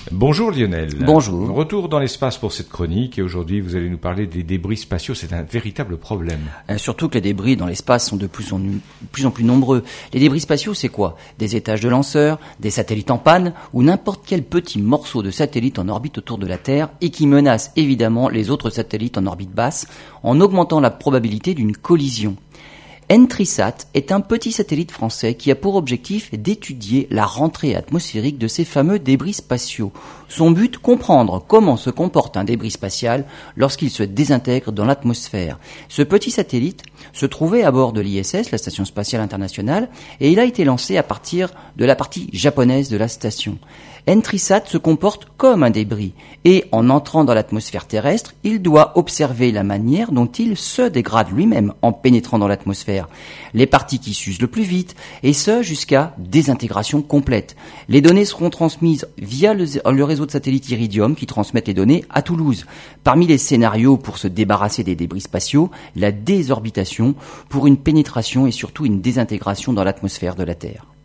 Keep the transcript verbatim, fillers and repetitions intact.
Bonjour Lionel. Bonjour. Retour dans l'espace pour cette chronique et aujourd'hui vous allez nous parler des débris spatiaux. C'est un véritable problème. Euh, surtout que les débris dans l'espace sont de plus en, plus en plus nombreux. Les débris spatiaux, c'est quoi? Des étages de lanceurs, des satellites en panne ou n'importe quel petit morceau de satellite en orbite autour de la Terre et qui menace évidemment les autres satellites en orbite basse en augmentant la probabilité d'une collision. Entrisat est un petit satellite français qui a pour objectif d'étudier la rentrée atmosphérique de ces fameux débris spatiaux. Son but, comprendre comment se comporte un débris spatial lorsqu'il se désintègre dans l'atmosphère. Ce petit satellite se trouvait à bord de l'I S S, la Station Spatiale Internationale, et il a été lancé à partir de la partie japonaise de la station. Entrisat se comporte comme un débris et en entrant dans l'atmosphère terrestre, il doit observer la manière dont il se dégrade lui-même en pénétrant dans l'atmosphère. Les parties qui s'usent le plus vite et ce jusqu'à désintégration complète. Les données seront transmises via le, le réseau de satellites Iridium qui transmettent les données à Toulouse. Parmi les scénarios pour se débarrasser des débris spatiaux, la désorbitation pour une pénétration et surtout une désintégration dans l'atmosphère de la Terre.